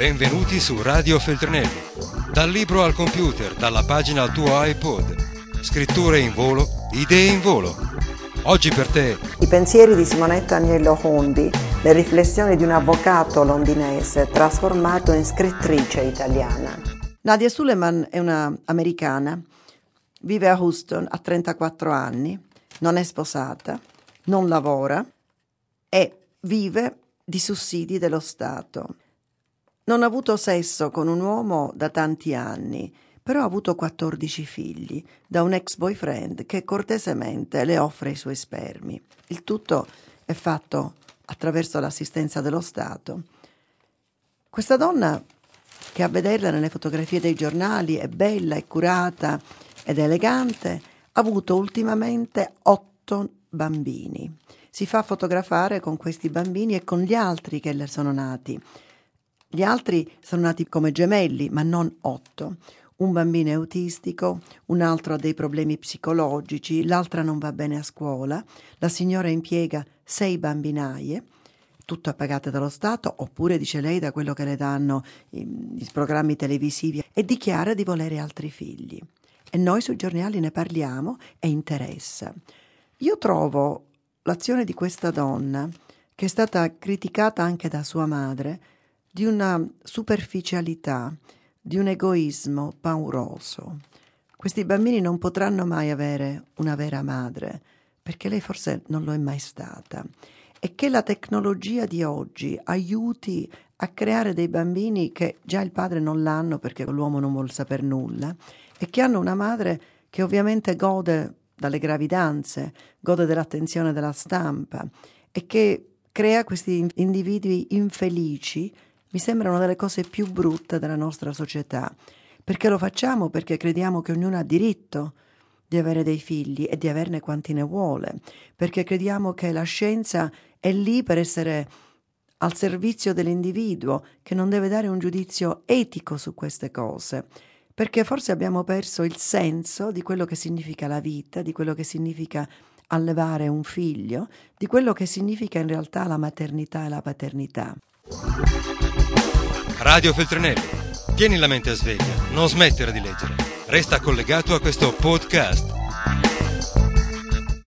Benvenuti su Radio Feltrinelli. Dal libro al computer, dalla pagina al tuo iPod. Scritture in volo, idee in volo. Oggi per te I pensieri di Simonetta Agnello Hundi, le riflessioni di un avvocato londinese trasformato in scrittrice italiana. Nadia Suleman è una americana, vive a Houston, ha 34 anni, non è sposata, non lavora e vive di sussidi dello Stato. Non ha avuto sesso con un uomo da tanti anni, però ha avuto 14 figli da un ex boyfriend che cortesemente le offre i suoi spermi. Il tutto è fatto attraverso l'assistenza dello Stato. Questa donna, che a vederla nelle fotografie dei giornali è bella, è curata ed elegante, ha avuto ultimamente 8 bambini. Si fa fotografare con questi bambini e con gli altri che le sono nati. Gli altri sono nati come gemelli, ma non 8. Un bambino è autistico, un altro ha dei problemi psicologici, l'altra non va bene a scuola, la signora impiega 6 bambinaie, tutte pagate dallo Stato, oppure, dice lei, da quello che le danno i programmi televisivi, e dichiara di volere altri figli. E noi sui giornali ne parliamo e interessa. Io trovo l'azione di questa donna, che è stata criticata anche da sua madre, di una superficialità, di un egoismo pauroso. Questi bambini non potranno mai avere una vera madre, perché lei forse non lo è mai stata. E che la tecnologia di oggi aiuti a creare dei bambini che già il padre non l'hanno perché l'uomo non vuol saper nulla, e che hanno una madre che ovviamente gode dalle gravidanze, gode dell'attenzione della stampa, e che crea questi individui infelici. Mi sembra una delle cose più brutte della nostra società. Perché lo facciamo? Perché crediamo che ognuno ha diritto di avere dei figli e di averne quanti ne vuole. Perché crediamo che la scienza è lì per essere al servizio dell'individuo, che non deve dare un giudizio etico su queste cose. Perché forse abbiamo perso il senso di quello che significa la vita, di quello che significa allevare un figlio, di quello che significa in realtà la maternità e la paternità. Radio Feltrinelli. Tieni la mente a sveglia, non smettere di leggere. Resta collegato a questo podcast.